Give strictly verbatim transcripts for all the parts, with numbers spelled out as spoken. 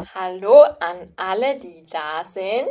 Hallo an alle, die da sind.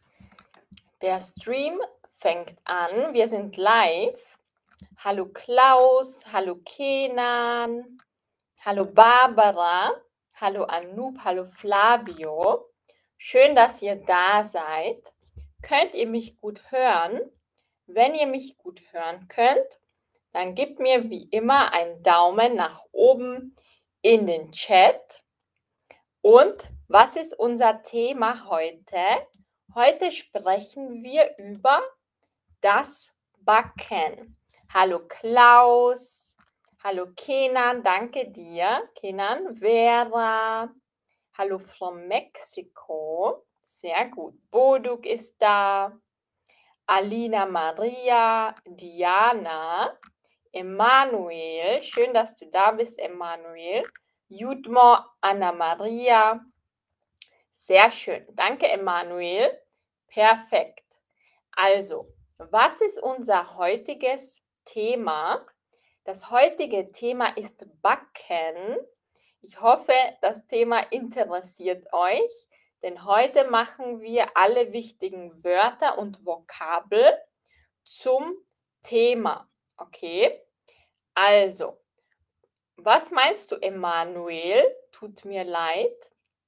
Der Stream fängt an. Wir sind live. Hallo Klaus, hallo Kenan, hallo Barbara, hallo Anoop, hallo Flavio. Schön, dass ihr da seid. Könnt ihr mich gut hören? Wenn ihr mich gut hören könnt, dann gebt mir wie immer einen Daumen nach oben in den Chat. Und was ist unser Thema heute? Heute sprechen wir über das Backen. Hallo Klaus, hallo Kenan, danke dir. Kenan, Vera, hallo from Mexiko, sehr gut. Boduk ist da, Alina Maria, Diana, Emanuel, schön, dass du da bist, Emanuel. Judmo, Anna Maria, sehr schön. Danke, Emanuel. Perfekt. Also, was ist unser heutiges Thema? Das heutige Thema ist Backen. Ich hoffe, das Thema interessiert euch, denn heute machen wir alle wichtigen Wörter und Vokabel zum Thema. Okay? Also, was meinst du, Emanuel? Tut mir leid.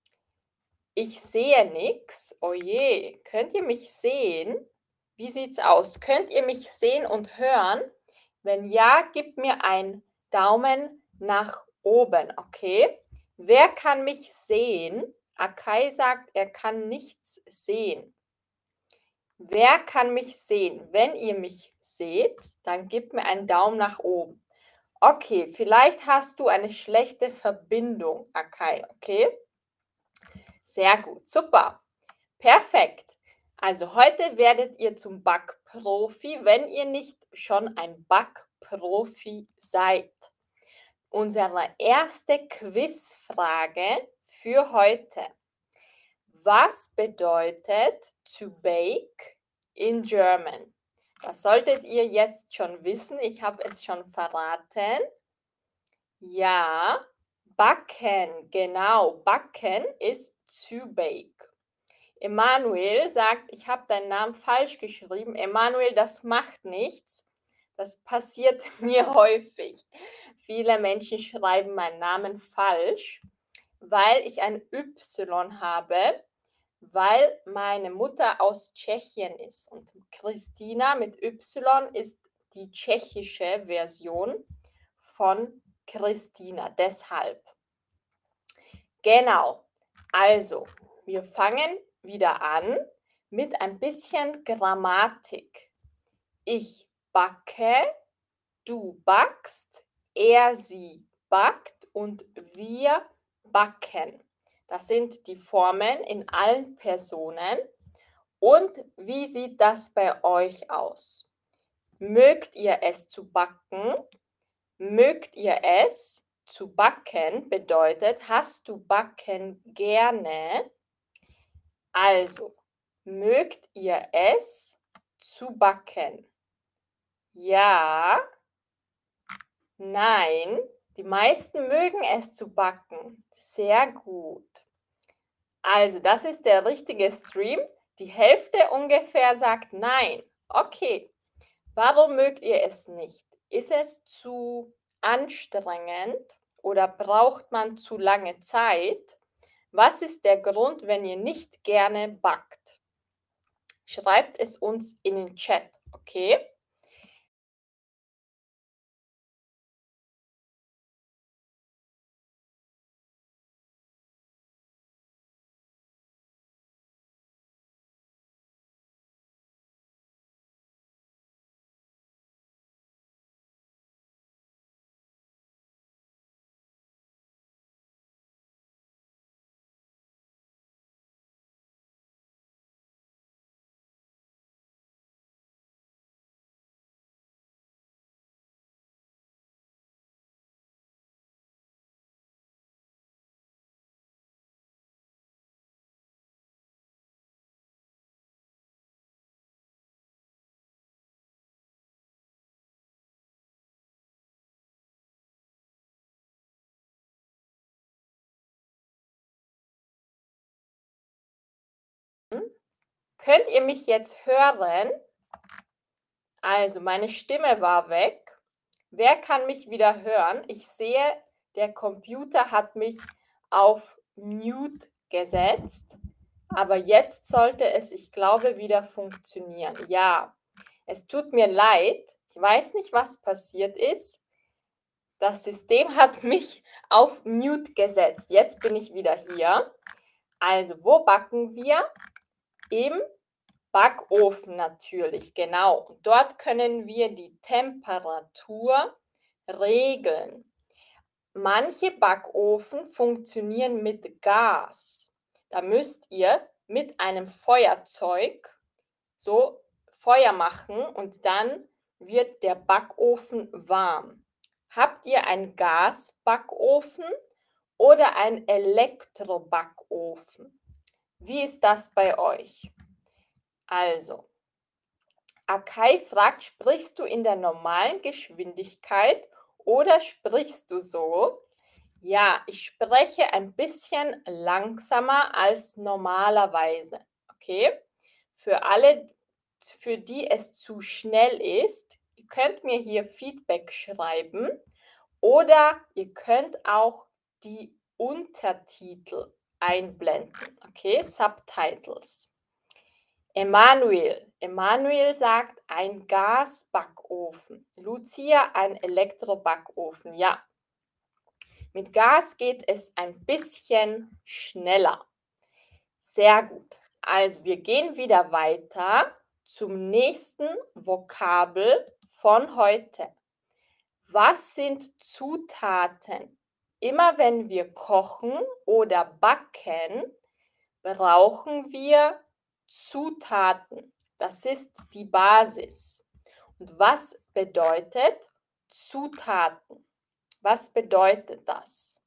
Ich sehe nichts. Oh je, könnt ihr mich sehen? Wie sieht's aus? Könnt ihr mich sehen und hören? Wenn ja, gebt mir einen Daumen nach oben, okay? Wer kann mich sehen? Akai sagt, er kann nichts sehen. Wer kann mich sehen? Wenn ihr mich seht, dann gebt mir einen Daumen nach oben. Okay, vielleicht hast du eine schlechte Verbindung, Akai, okay? Sehr gut, super. Perfekt. Also heute werdet ihr zum Backprofi, wenn ihr nicht schon ein Backprofi seid. Unsere erste Quizfrage für heute. Was bedeutet to bake in German? Das solltet ihr jetzt schon wissen. Ich habe es schon verraten. Ja, backen, genau. Backen ist to bake. Emanuel sagt, ich habe deinen Namen falsch geschrieben. Emanuel, das macht nichts. Das passiert mir häufig. Viele Menschen schreiben meinen Namen falsch, weil ich ein Y habe, weil meine Mutter aus Tschechien ist. Und Christina mit Y ist die tschechische Version von Christina. Deshalb. Genau. Also, wir fangen wieder an mit ein bisschen Grammatik. Ich backe, du backst, er, sie backt und wir backen. Das sind die Formen in allen Personen. Und wie sieht das bei euch aus? Mögt ihr es zu backen? Mögt ihr es? Zu backen bedeutet, hast du Backen gerne? Also, mögt ihr es zu backen? Ja, nein, die meisten mögen es zu backen. Sehr gut. Also, das ist der richtige Stream. Die Hälfte ungefähr sagt nein. Okay, warum mögt ihr es nicht? Ist es zu anstrengend oder braucht man zu lange Zeit? Was ist der Grund, wenn ihr nicht gerne backt? Schreibt es uns in den Chat, okay? Könnt ihr mich jetzt hören? Also, meine Stimme war weg. Wer kann mich wieder hören? Ich sehe, der Computer hat mich auf Mute gesetzt, aber jetzt sollte es, ich glaube, wieder funktionieren. Ja, es tut mir leid. Ich weiß nicht, was passiert ist. Das System hat mich auf Mute gesetzt. Jetzt bin ich wieder hier. Also, wo backen wir? Im Backofen natürlich, genau. Und dort können wir die Temperatur regeln. Manche Backofen funktionieren mit Gas. Da müsst ihr mit einem Feuerzeug so Feuer machen und dann wird der Backofen warm. Habt ihr einen Gasbackofen oder einen Elektrobackofen? Wie ist das bei euch? Also, Akai fragt, sprichst du in der normalen Geschwindigkeit oder sprichst du so? Ja, ich spreche ein bisschen langsamer als normalerweise. Okay? Für alle, für die es zu schnell ist, ihr könnt mir hier Feedback schreiben oder ihr könnt auch die Untertitel einblenden. Okay? Subtitles. Emanuel. Emanuel sagt ein Gasbackofen. Lucia ein Elektrobackofen. Ja, mit Gas geht es ein bisschen schneller. Sehr gut. Also wir gehen wieder weiter zum nächsten Vokabel von heute. Was sind Zutaten? Immer wenn wir kochen oder backen, brauchen wir Zutaten. Das ist die Basis. Und was bedeutet Zutaten? Was bedeutet das?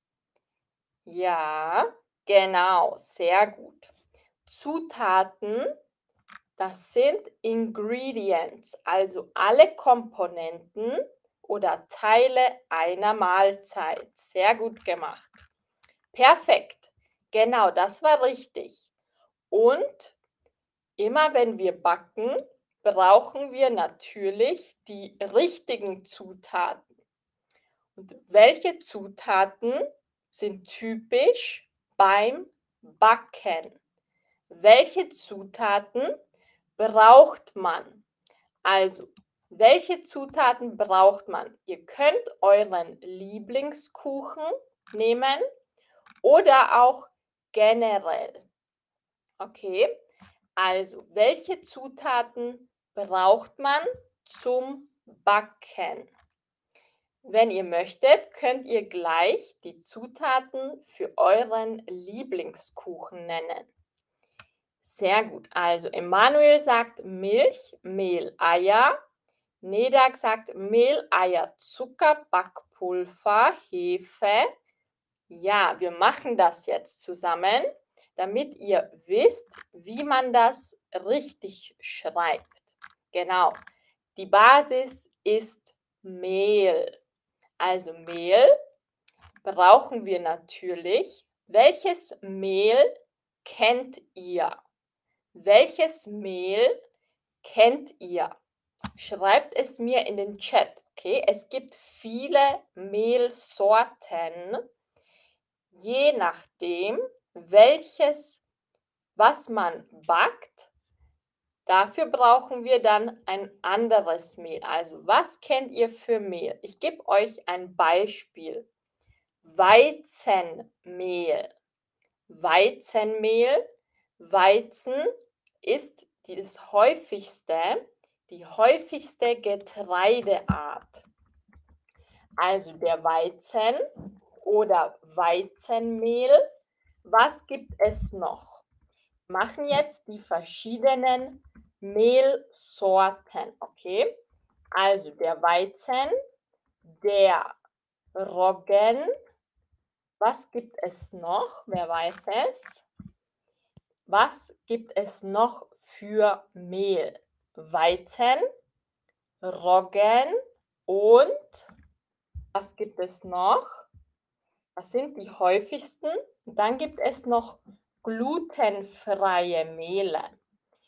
Ja, genau, sehr gut. Zutaten, das sind Ingredients, also alle Komponenten oder Teile einer Mahlzeit. Sehr gut gemacht. Perfekt. Genau, das war richtig. Und immer wenn wir backen, brauchen wir natürlich die richtigen Zutaten. Und welche Zutaten sind typisch beim Backen? Welche Zutaten braucht man? Also, welche Zutaten braucht man? Ihr könnt euren Lieblingskuchen nehmen oder auch generell. Okay, also welche Zutaten braucht man zum Backen? Wenn ihr möchtet, könnt ihr gleich die Zutaten für euren Lieblingskuchen nennen. Sehr gut. Also Emanuel sagt Milch, Mehl, Eier. Nedak sagt Mehl, Eier, Zucker, Backpulver, Hefe. Ja, wir machen das jetzt zusammen, damit ihr wisst, wie man das richtig schreibt. Genau. Die Basis ist Mehl. Also Mehl brauchen wir natürlich. Welches Mehl kennt ihr? Welches Mehl kennt ihr? Schreibt es mir in den Chat, okay? Es gibt viele Mehlsorten, je nachdem, welches, was man backt. Dafür brauchen wir dann ein anderes Mehl. Also, was kennt ihr für Mehl? Ich gebe euch ein Beispiel. Weizenmehl. Weizenmehl. Weizen ist das häufigste, die häufigste Getreideart. Also der Weizen oder Weizenmehl. Was gibt es noch? Machen jetzt die verschiedenen Mehlsorten, okay? Also der Weizen, der Roggen. Was gibt es noch? Wer weiß es? Was gibt es noch für Mehl? Weizen, Roggen und was gibt es noch? Das sind die häufigsten. Und dann gibt es noch glutenfreie Mehle.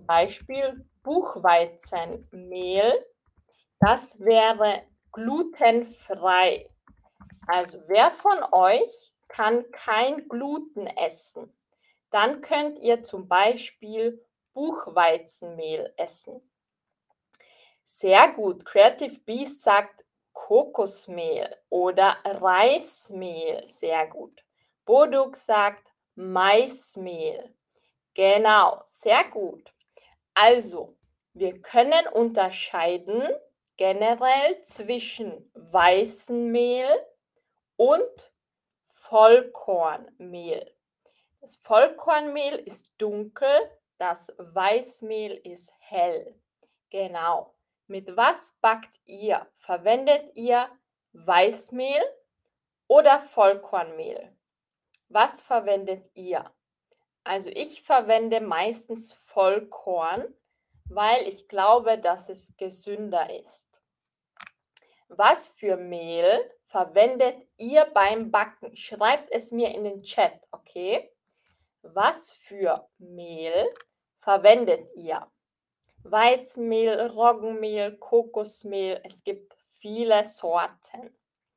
Beispiel Buchweizenmehl. Das wäre glutenfrei. Also wer von euch kann kein Gluten essen? Dann könnt ihr zum Beispiel Buchweizenmehl essen. Sehr gut. Creative Beast sagt Kokosmehl oder Reismehl. Sehr gut. Boduk sagt Maismehl. Genau, sehr gut. Also, wir können unterscheiden generell zwischen Weißenmehl und Vollkornmehl. Das Vollkornmehl ist dunkel, das Weißmehl ist hell. Genau. Mit was backt ihr? Verwendet ihr Weißmehl oder Vollkornmehl? Was verwendet ihr? Also ich verwende meistens Vollkorn, weil ich glaube, dass es gesünder ist. Was für Mehl verwendet ihr beim Backen? Schreibt es mir in den Chat, okay? Was für Mehl verwendet ihr? Weizenmehl, Roggenmehl, Kokosmehl, es gibt viele Sorten.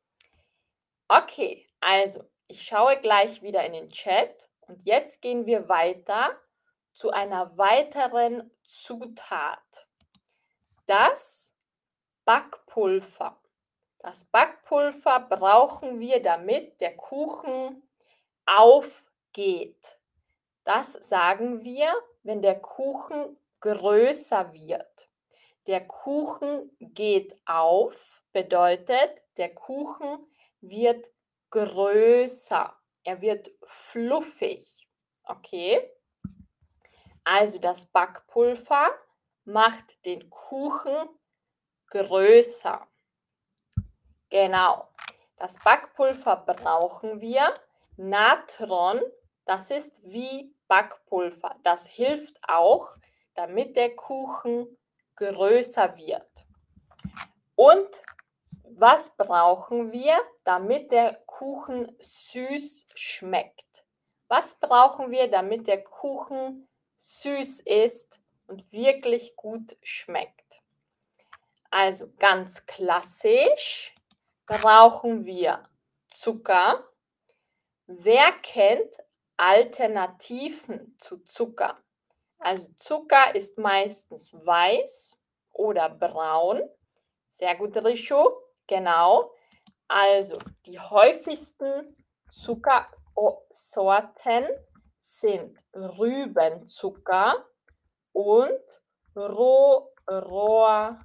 Okay, also ich schaue gleich wieder in den Chat und jetzt gehen wir weiter zu einer weiteren Zutat. Das Backpulver. Das Backpulver brauchen wir, damit der Kuchen aufgeht. Das sagen wir, wenn der Kuchen größer wird. Der Kuchen geht auf, bedeutet, der Kuchen wird größer. Er wird fluffig. Okay? Also das Backpulver macht den Kuchen größer. Genau. Das Backpulver brauchen wir. Natron, das ist wie Backpulver. Das hilft auch, damit der Kuchen größer wird. Und was brauchen wir, damit der Kuchen süß schmeckt? Was brauchen wir, damit der Kuchen süß ist und wirklich gut schmeckt? Also ganz klassisch brauchen wir Zucker. Wer kennt Alternativen zu Zucker? Also Zucker ist meistens weiß oder braun. Sehr gut, Rischo. Genau. Also die häufigsten Zuckersorten sind Rübenzucker und Rohrzucker.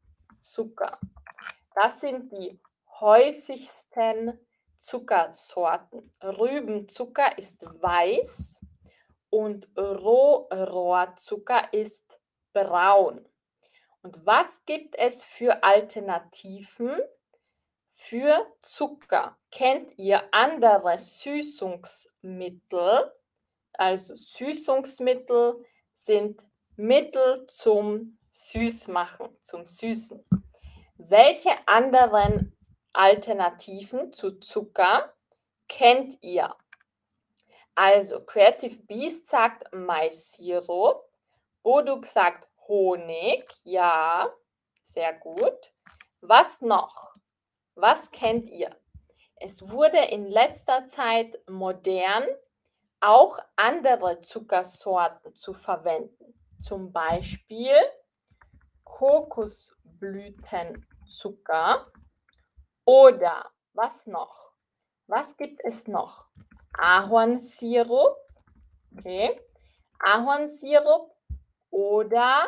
Das sind die häufigsten Zuckersorten. Rübenzucker ist weiß und Rohrzucker ist braun. Und was gibt es für Alternativen für Zucker? Kennt ihr andere Süßungsmittel? Also Süßungsmittel sind Mittel zum Süßmachen, zum Süßen. Welche anderen Alternativen zu Zucker kennt ihr? Also Creative Beast sagt Maissirup, Boduk sagt Honig, ja, sehr gut. Was noch? Was kennt ihr? Es wurde in letzter Zeit modern, auch andere Zuckersorten zu verwenden. Zum Beispiel Kokosblütenzucker oder was noch? Was gibt es noch? Ahornsirup, okay, Ahornsirup oder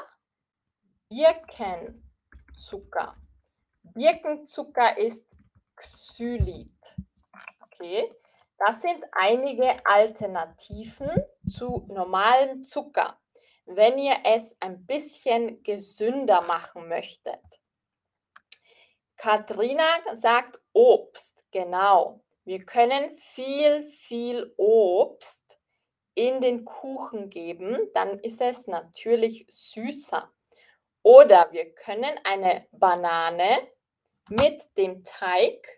Birkenzucker. Birkenzucker ist Xylit, okay. Das sind einige Alternativen zu normalem Zucker, wenn ihr es ein bisschen gesünder machen möchtet. Katrina sagt Obst, genau. Wir können viel, viel Obst in den Kuchen geben, dann ist es natürlich süßer. Oder wir können eine Banane mit dem Teig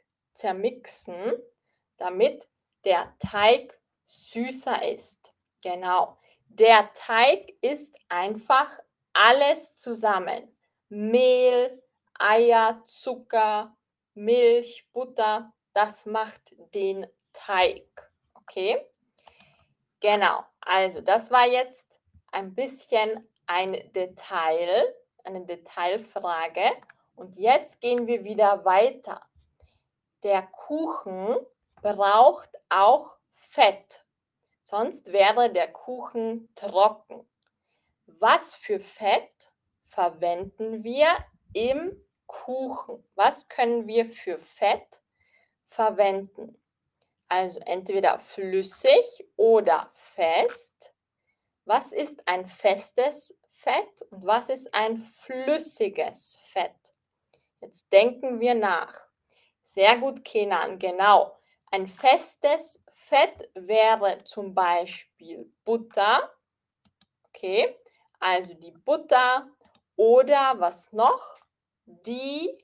zermixen, damit der Teig süßer ist. Genau. Der Teig ist einfach alles zusammen. Mehl, Eier, Zucker, Milch, Butter, das macht den Teig. Okay? Genau, also das war jetzt ein bisschen ein Detail, eine Detailfrage. Und jetzt gehen wir wieder weiter. Der Kuchen braucht auch Fett, sonst wäre der Kuchen trocken. Was für Fett verwenden wir im Kuchen? Was können wir für Fett verwenden? Also entweder flüssig oder fest. Was ist ein festes Fett und was ist ein flüssiges Fett? Jetzt denken wir nach. Sehr gut, Kenan, genau. Ein festes Fett wäre zum Beispiel Butter. Okay, also die Butter oder was noch? Die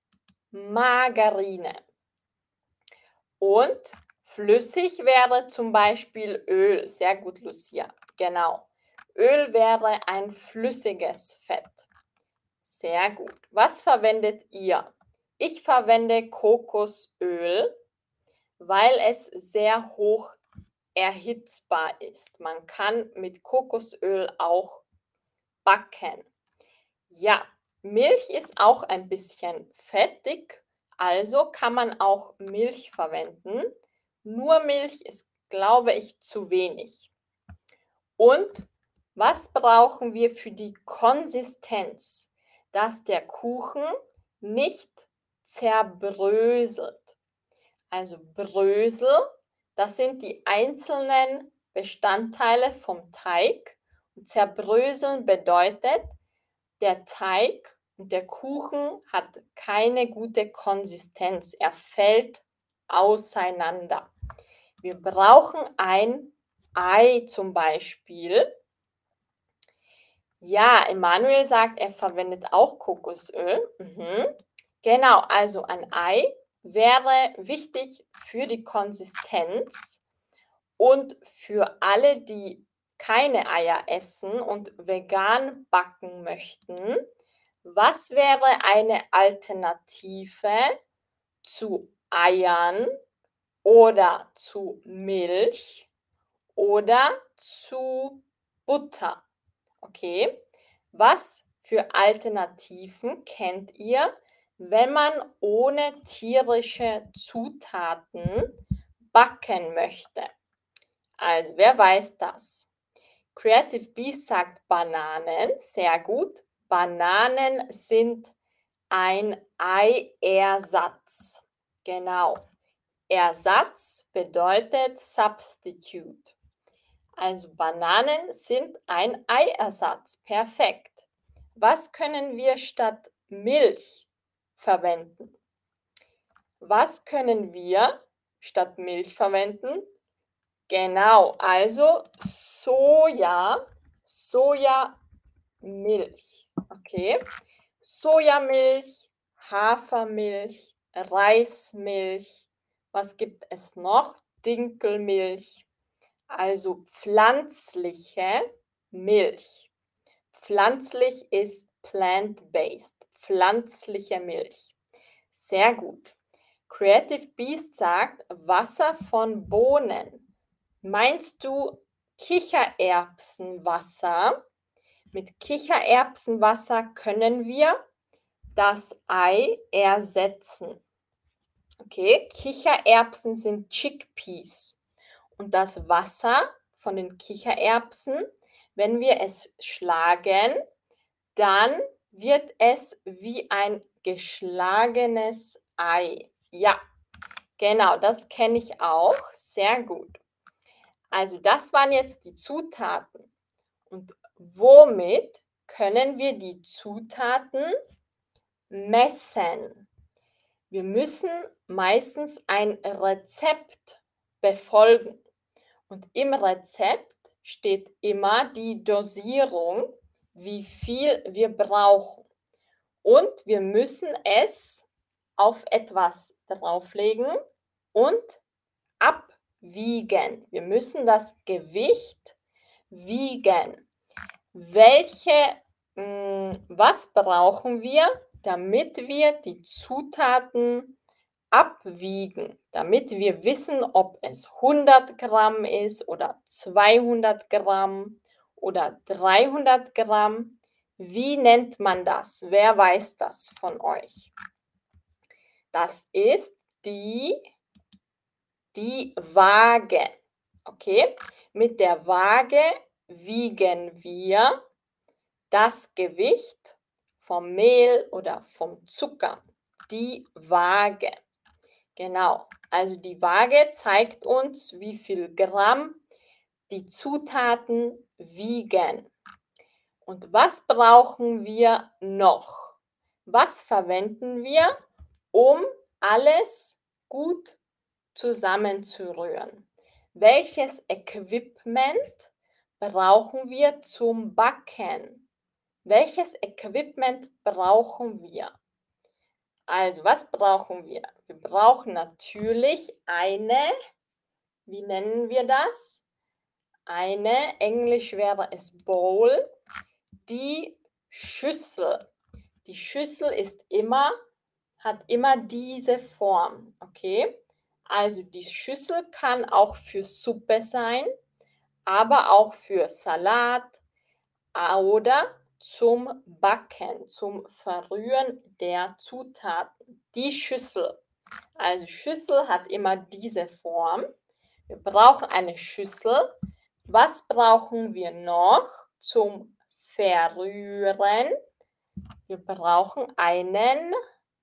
Margarine. Und flüssig wäre zum Beispiel Öl. Sehr gut, Lucia. Genau. Öl wäre ein flüssiges Fett. Sehr gut. Was verwendet ihr? Ich verwende Kokosöl, weil es sehr hoch erhitzbar ist. Man kann mit Kokosöl auch backen. Ja, Milch ist auch ein bisschen fettig, also kann man auch Milch verwenden. Nur Milch ist, glaube ich, zu wenig. Und was brauchen wir für die Konsistenz, dass der Kuchen nicht zerbröselt? Also Brösel, das sind die einzelnen Bestandteile vom Teig. Und zerbröseln bedeutet, der Teig und der Kuchen hat keine gute Konsistenz. Er fällt auseinander. Wir brauchen ein Ei zum Beispiel. Ja, Emanuel sagt, er verwendet auch Kokosöl. Mhm. Genau, also ein Ei wäre wichtig für die Konsistenz und für alle, die keine Eier essen und vegan backen möchten. Was wäre eine Alternative zu Eiern oder zu Milch oder zu Butter? Okay, was für Alternativen kennt ihr, wenn man ohne tierische Zutaten backen möchte? Also, wer weiß das? Creative Beast sagt Bananen, sehr gut. Bananen sind ein Eiersatz. Genau. Ersatz bedeutet Substitute. Also Bananen sind ein Eiersatz. Perfekt. Was können wir statt Milch verwenden? Was können wir statt Milch verwenden? Genau, also Soja, Sojamilch. Okay. Sojamilch, Hafermilch, Reismilch. Was gibt es noch? Dinkelmilch. Also pflanzliche Milch. Pflanzlich ist plant-based. Pflanzliche Milch. Sehr gut. Creative Beast sagt Wasser von Bohnen. Meinst du Kichererbsenwasser? Mit Kichererbsenwasser können wir das Ei ersetzen. Okay, Kichererbsen sind Chickpeas. Und das Wasser von den Kichererbsen, wenn wir es schlagen, dann wird es wie ein geschlagenes Ei. Ja, genau, das kenne ich auch. Sehr gut. Also das waren jetzt die Zutaten. Und womit können wir die Zutaten messen? Wir müssen meistens ein Rezept befolgen. Und im Rezept steht immer die Dosierung, wie viel wir brauchen. Und wir müssen es auf etwas drauflegen und abwiegen. Wir müssen das Gewicht wiegen. Welche, mh, was brauchen wir, damit wir die Zutaten abwiegen, damit wir wissen, ob es hundert Gramm ist oder zweihundert Gramm oder dreihundert Gramm. Wie nennt man das? Wer weiß das von euch? Das ist die, die Waage. Okay? Mit der Waage wiegen wir das Gewicht vom Mehl oder vom Zucker. Die Waage. Genau, also die Waage zeigt uns, wie viel Gramm die Zutaten wiegen. Und was brauchen wir noch? Was verwenden wir, um alles gut zusammenzurühren? Welches Equipment brauchen wir zum Backen? Welches Equipment brauchen wir? Also, was brauchen wir? Wir brauchen natürlich eine, wie nennen wir das? Eine, Englisch wäre es Bowl, die Schüssel. Die Schüssel ist immer, hat immer diese Form, okay? Also die Schüssel kann auch für Suppe sein, aber auch für Salat oder zum Backen, zum Verrühren der Zutaten. Die Schüssel. Also Schüssel hat immer diese Form. Wir brauchen eine Schüssel. Was brauchen wir noch zum Verrühren? Wir brauchen einen,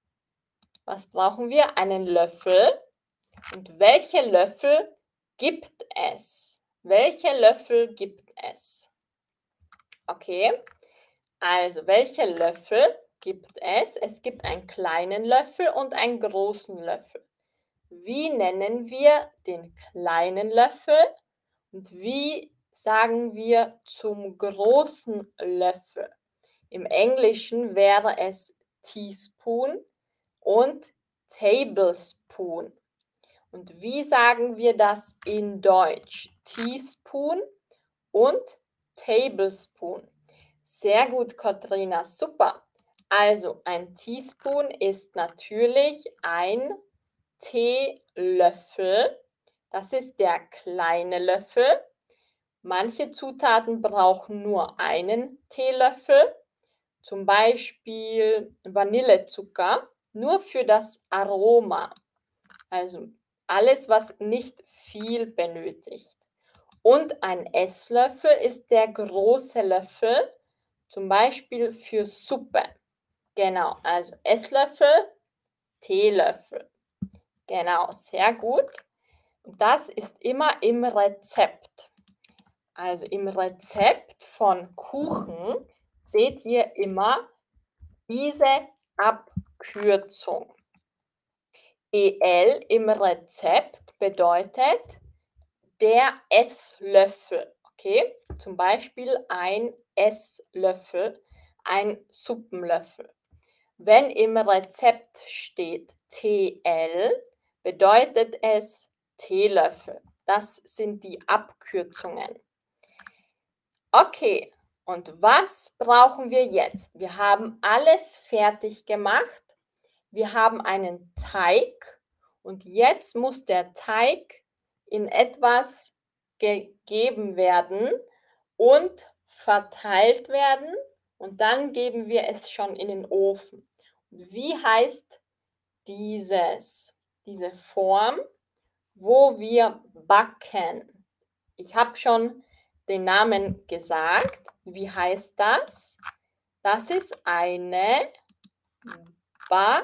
was brauchen wir? Einen Löffel. Und welche Löffel gibt es? Welche Löffel gibt es? Okay, also welche Löffel gibt es? Es gibt einen kleinen Löffel und einen großen Löffel. Wie nennen wir den kleinen Löffel und wie sagen wir zum großen Löffel? Im Englischen wäre es Teaspoon und Tablespoon. Und wie sagen wir das in Deutsch? Teaspoon und Tablespoon. Sehr gut, Katrina, super. Also ein Teaspoon ist natürlich ein Teelöffel. Das ist der kleine Löffel. Manche Zutaten brauchen nur einen Teelöffel, zum Beispiel Vanillezucker, nur für das Aroma. Also alles, was nicht viel benötigt. Und ein Esslöffel ist der große Löffel, zum Beispiel für Suppe. Genau, also Esslöffel, Teelöffel. Genau, sehr gut. Und das ist immer im Rezept. Also im Rezept von Kuchen seht ihr immer diese Abkürzung. E L im Rezept bedeutet der Esslöffel. Okay, zum Beispiel ein Esslöffel, ein Suppenlöffel. Wenn im Rezept steht T L, bedeutet es Teelöffel. Das sind die Abkürzungen. Okay, und was brauchen wir jetzt? Wir haben alles fertig gemacht. Wir haben einen Teig und jetzt muss der Teig in etwas gegeben werden und verteilt werden und dann geben wir es schon in den Ofen. Wie heißt dieses, diese Form, wo wir backen? Ich habe schon den Namen gesagt. Wie heißt das? Das ist eine ba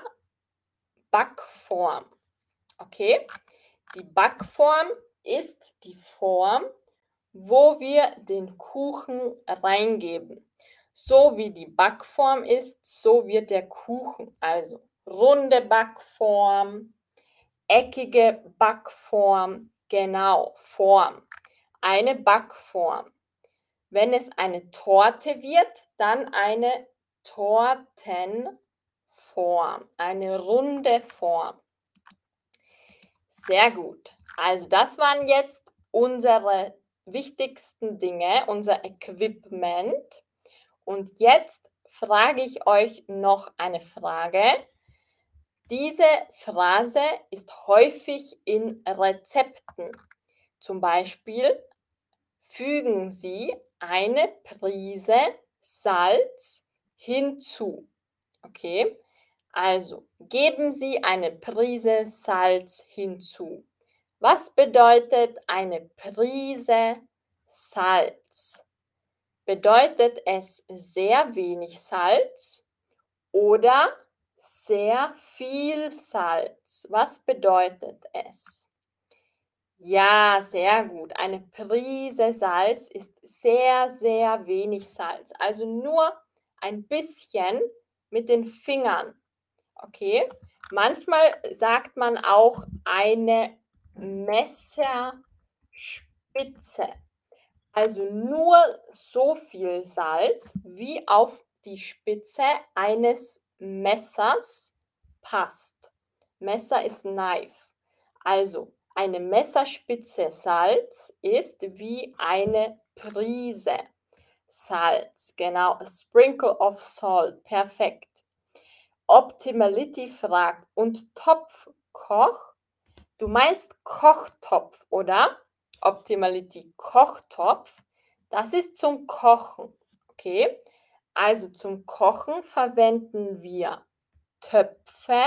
Backform. Okay? Die Backform ist die Form, wo wir den Kuchen reingeben. So wie die Backform ist, so wird der Kuchen. Also runde Backform, eckige Backform, genau, Form. Eine Backform. Wenn es eine Torte wird, dann eine Tortenform, eine runde Form. Sehr gut. Also das waren jetzt unsere wichtigsten Dinge, unser Equipment. Und jetzt frage ich euch noch eine Frage. Diese Phrase ist häufig in Rezepten. Zum Beispiel: Fügen Sie eine Prise Salz hinzu. Okay, also geben Sie eine Prise Salz hinzu. Was bedeutet eine Prise Salz? Bedeutet es sehr wenig Salz oder sehr viel Salz? Was bedeutet es? Ja, sehr gut. Eine Prise Salz ist sehr, sehr wenig Salz. Also nur ein bisschen mit den Fingern. Okay? Manchmal sagt man auch eine Messerspitze. Also nur so viel Salz, wie auf die Spitze eines Messers passt. Messer ist Knife. Also eine Messerspitze Salz ist wie eine Prise Salz. Genau, a sprinkle of salt. Perfekt. Optimality fragt: Und Topfkoch? Du meinst Kochtopf, oder? Optimality, Kochtopf. Das ist zum Kochen. Okay? Also zum Kochen verwenden wir Töpfe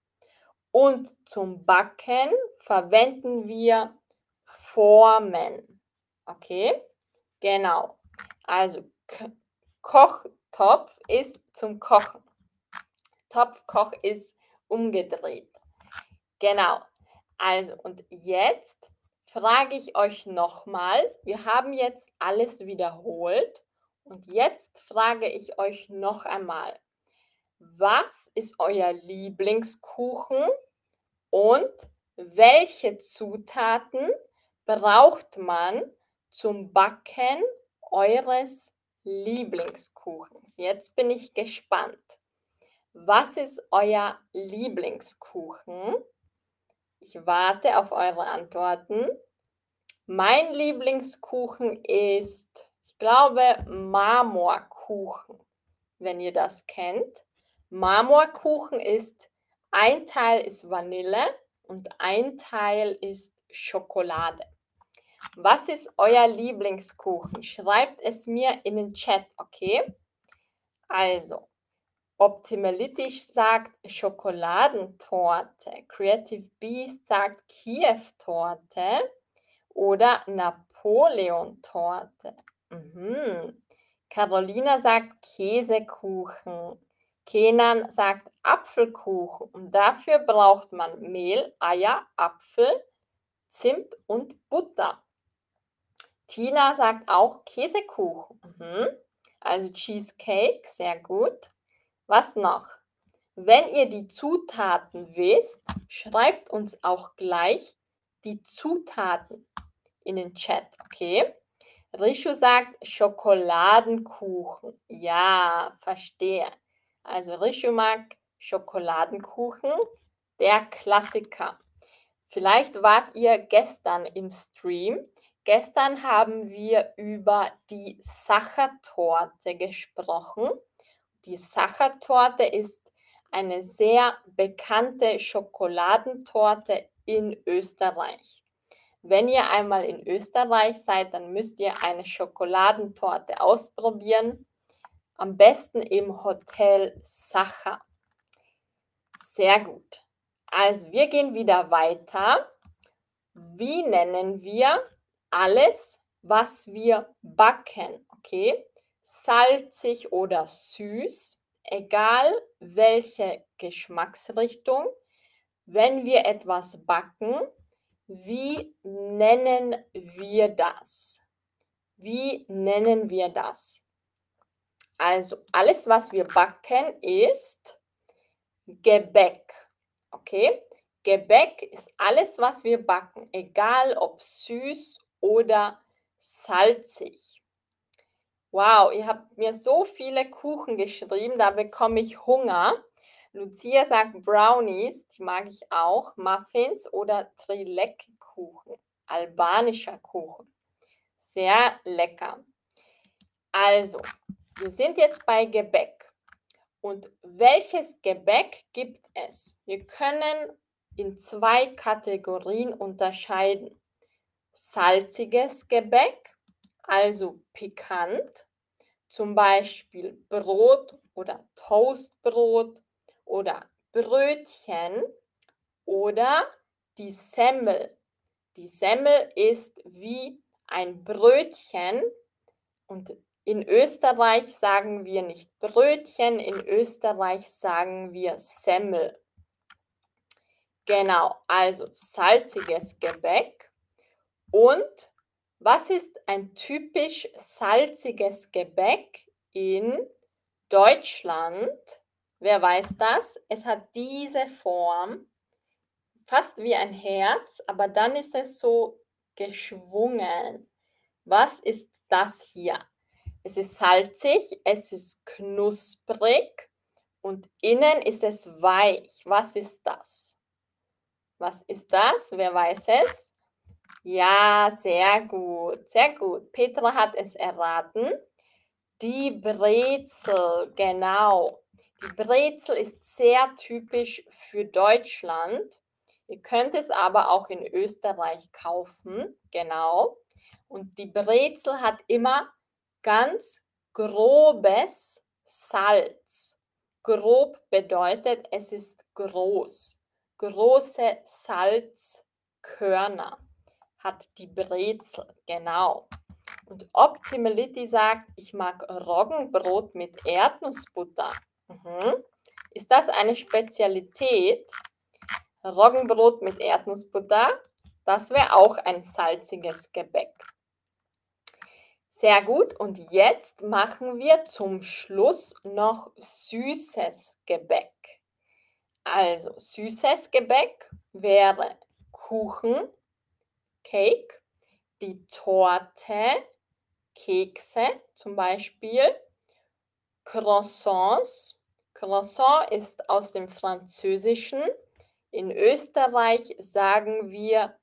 und zum Backen verwenden wir Formen. Okay? Genau. Also K Kochtopf ist zum Kochen. Topfkoch ist umgedreht. Genau. Also, und jetzt frage ich euch nochmal. Wir haben jetzt alles wiederholt. Und jetzt frage ich euch noch einmal. Was ist euer Lieblingskuchen und welche Zutaten braucht man zum Backen eures Lieblingskuchens? Jetzt bin ich gespannt. Was ist euer Lieblingskuchen? Ich warte auf eure Antworten. Mein Lieblingskuchen ist, ich glaube, Marmorkuchen, wenn ihr das kennt. Marmorkuchen ist, ein Teil ist Vanille und ein Teil ist Schokolade. Was ist euer Lieblingskuchen? Schreibt es mir in den Chat, okay? Also, Optimalitisch sagt Schokoladentorte, Creative Beast sagt Kiew-Torte oder Napoleon-Torte. Mhm. Carolina sagt Käsekuchen. Kenan sagt Apfelkuchen. Und dafür braucht man Mehl, Eier, Apfel, Zimt und Butter. Tina sagt auch Käsekuchen. Mhm. Also Cheesecake, sehr gut. Was noch? Wenn ihr die Zutaten wisst, schreibt uns auch gleich die Zutaten in den Chat, okay? Rishu sagt Schokoladenkuchen. Ja, verstehe. Also Rishu mag Schokoladenkuchen, der Klassiker. Vielleicht wart ihr gestern im Stream. Gestern haben wir über die Sachertorte gesprochen. Die Sachertorte ist eine sehr bekannte Schokoladentorte in Österreich. Wenn ihr einmal in Österreich seid, dann müsst ihr eine Schokoladentorte ausprobieren. Am besten im Hotel Sacher. Sehr gut. Also wir gehen wieder weiter. Wie nennen wir alles, was wir backen? Okay? Salzig oder süß, egal welche Geschmacksrichtung. Wenn wir etwas backen, wie nennen wir das? Wie nennen wir das? Also alles, was wir backen, ist Gebäck. Okay? Gebäck ist alles, was wir backen, egal ob süß oder salzig. Wow, ihr habt mir so viele Kuchen geschrieben, da bekomme ich Hunger. Lucia sagt Brownies, die mag ich auch. Muffins oder Trilek-Kuchen, albanischer Kuchen. Sehr lecker. Also, wir sind jetzt bei Gebäck. Und welches Gebäck gibt es? Wir können in zwei Kategorien unterscheiden. Salziges Gebäck, also pikant, zum Beispiel Brot oder Toastbrot oder Brötchen oder die Semmel. Die Semmel ist wie ein Brötchen und in Österreich sagen wir nicht Brötchen, in Österreich sagen wir Semmel. Genau, also salziges Gebäck. Und was ist ein typisch salziges Gebäck in Deutschland? Wer weiß das? Es hat diese Form, fast wie ein Herz, aber dann ist es so geschwungen. Was ist das hier? Es ist salzig, es ist knusprig und innen ist es weich. Was ist das? Was ist das? Wer weiß es? Ja, sehr gut, sehr gut. Petra hat es erraten. Die Brezel, genau. Die Brezel ist sehr typisch für Deutschland. Ihr könnt es aber auch in Österreich kaufen, genau. Und die Brezel hat immer ganz grobes Salz. Grob bedeutet, es ist groß. Große Salzkörner hat die Brezel, genau. Und Optimality sagt, ich mag Roggenbrot mit Erdnussbutter. Mhm. Ist das eine Spezialität? Roggenbrot mit Erdnussbutter, das wäre auch ein salziges Gebäck. Sehr gut, und jetzt machen wir zum Schluss noch süßes Gebäck. Also süßes Gebäck wäre Kuchen, Cake, die Torte, Kekse zum Beispiel, Croissants. Croissant ist aus dem Französischen. In Österreich sagen wir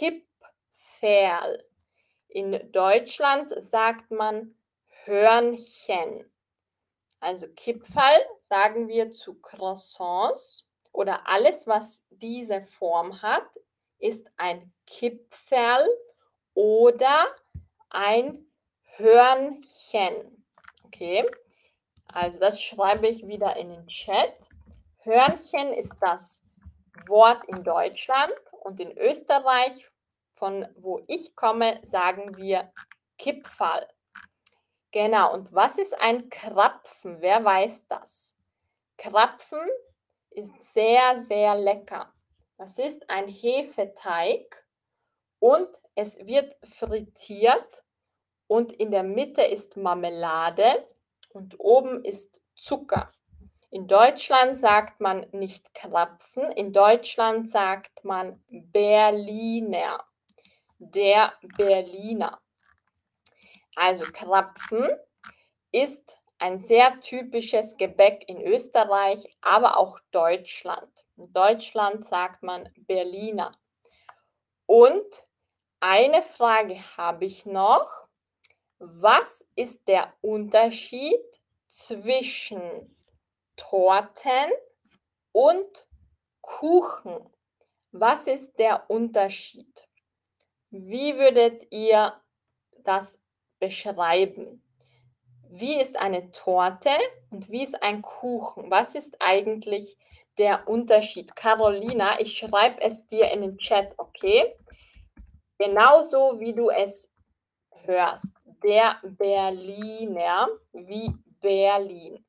Kipferl. In Deutschland sagt man Hörnchen. Also Kipferl sagen wir zu Croissants oder alles, was diese Form hat, ist ein Kipferl oder ein Hörnchen. Okay, also das schreibe ich wieder in den Chat. Hörnchen ist das Wort in Deutschland und in Österreich, von wo ich komme, sagen wir Kipferl. Genau, und was ist ein Krapfen? Wer weiß das? Krapfen ist sehr, sehr lecker. Das ist ein Hefeteig und es wird frittiert und in der Mitte ist Marmelade und oben ist Zucker. In Deutschland sagt man nicht Krapfen, in Deutschland sagt man Berliner. Der Berliner. Also Krapfen ist ein sehr typisches Gebäck in Österreich, aber auch Deutschland. In Deutschland sagt man Berliner. Und eine Frage habe ich noch. Was ist der Unterschied zwischen Torten und Kuchen? Was ist der Unterschied? Wie würdet ihr das beschreiben? Wie ist eine Torte und wie ist ein Kuchen? Was ist eigentlich der Unterschied? Carolina, ich schreibe es dir in den Chat, okay? Genauso wie du es hörst. Der Berliner wie Berlin.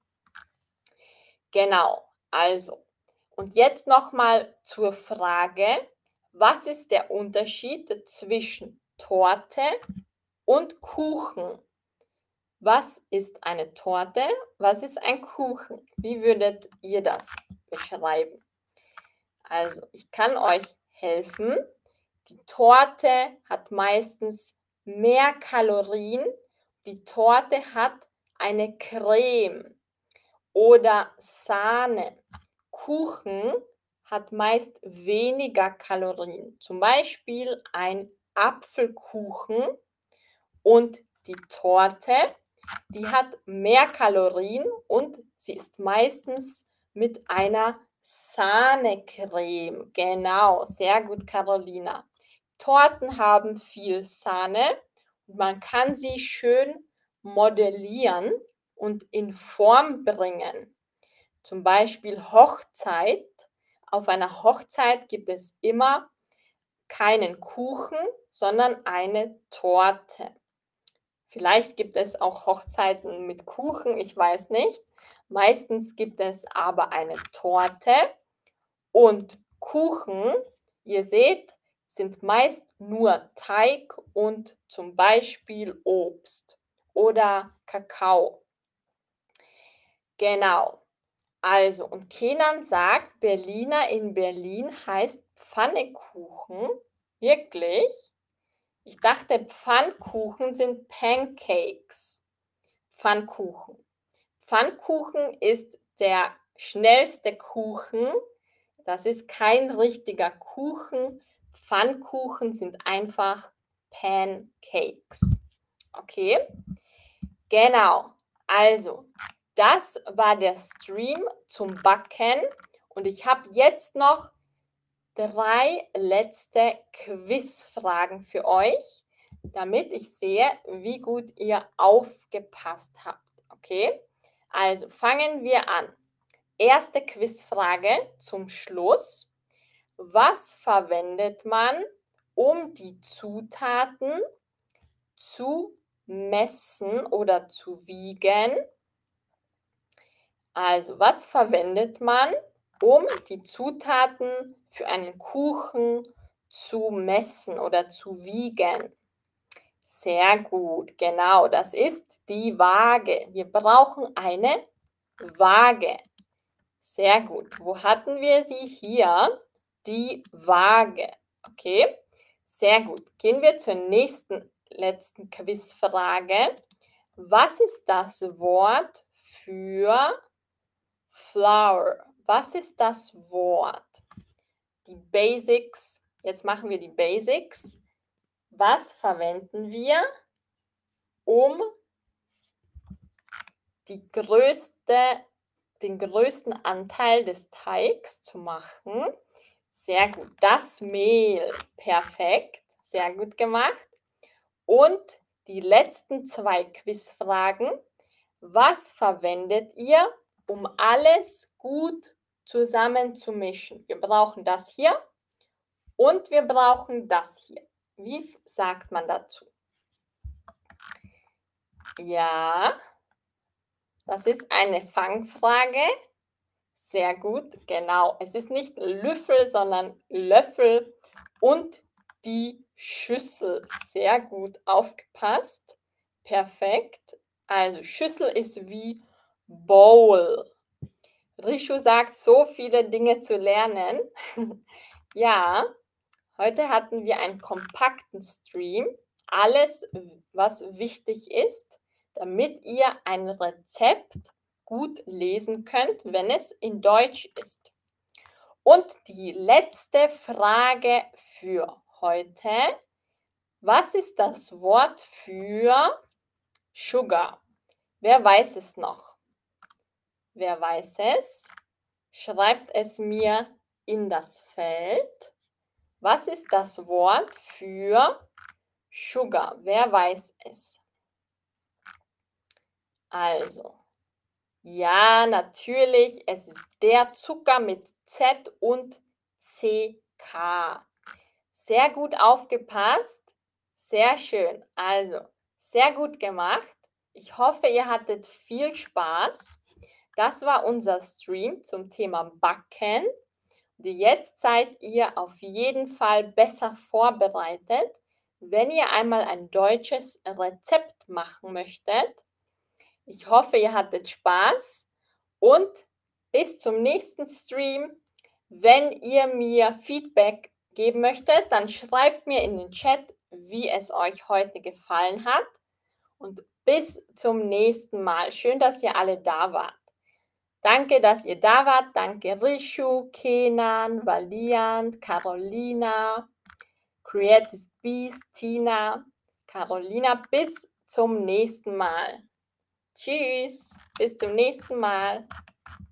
Genau, also. Und jetzt nochmal zur Frage, was ist der Unterschied zwischen Torte und Kuchen? Was ist eine Torte? Was ist ein Kuchen? Wie würdet ihr das beschreiben? Also, ich kann euch helfen. Die Torte hat meistens mehr Kalorien. Die Torte hat eine Creme oder Sahne. Kuchen hat meist weniger Kalorien. Zum Beispiel ein Apfelkuchen Und die Torte, die hat mehr Kalorien und sie ist meistens mit einer Sahnecreme. Genau, sehr gut, Carolina. Torten haben viel Sahne und man kann sie schön modellieren und in Form bringen. Zum Beispiel Hochzeit. Auf einer Hochzeit gibt es immer keinen Kuchen, sondern eine Torte. Vielleicht gibt es auch Hochzeiten mit Kuchen, ich weiß nicht. Meistens gibt es aber eine Torte und Kuchen, ihr seht, sind meist nur Teig und zum Beispiel Obst oder Kakao. Genau. Also, und Kenan sagt, Berliner in Berlin heißt Pfannekuchen. Wirklich? Ich dachte, Pfannkuchen sind Pancakes. Pfannkuchen. Pfannkuchen ist der schnellste Kuchen. Das ist kein richtiger Kuchen. Pfannkuchen sind einfach Pancakes. Okay? Genau. Also, das war der Stream zum Backen und ich habe jetzt noch drei letzte Quizfragen für euch, damit ich sehe, wie gut ihr aufgepasst habt. Okay? Also fangen wir an. Erste Quizfrage zum Schluss. Was verwendet man, um die Zutaten zu messen oder zu wiegen? Also, was verwendet man, um die Zutaten für einen Kuchen zu messen oder zu wiegen? Sehr gut, genau, das ist die Waage. Wir brauchen eine Waage. Sehr gut. Wo hatten wir sie? Hier, die Waage. Okay, sehr gut. Gehen wir zur nächsten, letzten Quizfrage. Was ist das Wort für Flour? Was ist das Wort? Die Basics. Jetzt machen wir die Basics. Was verwenden wir, um die größte, den größten Anteil des Teigs zu machen? Sehr gut. Das Mehl. Perfekt. Sehr gut gemacht. Und die letzten zwei Quizfragen. Was verwendet ihr, um alles gut zusammen zu mischen? Wir brauchen das hier und wir brauchen das hier. Wie sagt man dazu? Ja, das ist eine Fangfrage. Sehr gut, genau. Es ist nicht Löffel, sondern Löffel und die Schüssel. Sehr gut aufgepasst. Perfekt. Also Schüssel ist wie Bowl. Rishu sagt, so viele Dinge zu lernen. Ja, heute hatten wir einen kompakten Stream. Alles, was wichtig ist, damit ihr ein Rezept gut lesen könnt, wenn es in Deutsch ist. Und die letzte Frage für heute. Was ist das Wort für Sugar? Wer weiß es noch? Wer weiß es? Schreibt es mir in das Feld. Was ist das Wort für Sugar? Wer weiß es? Also, ja, natürlich, es ist der Zucker mit Z und C K. Sehr gut aufgepasst. Sehr schön. Also, sehr gut gemacht. Ich hoffe, ihr hattet viel Spaß. Das war unser Stream zum Thema Backen. Und jetzt seid ihr auf jeden Fall besser vorbereitet, wenn ihr einmal ein deutsches Rezept machen möchtet. Ich hoffe, ihr hattet Spaß und bis zum nächsten Stream. Wenn ihr mir Feedback geben möchtet, dann schreibt mir in den Chat, wie es euch heute gefallen hat. Und bis zum nächsten Mal. Schön, dass ihr alle da wart. Danke, dass ihr da wart. Danke Rishu, Kenan, Valiant, Carolina, Creative Beast, Tina, Carolina, bis zum nächsten Mal. Tschüss, bis zum nächsten Mal.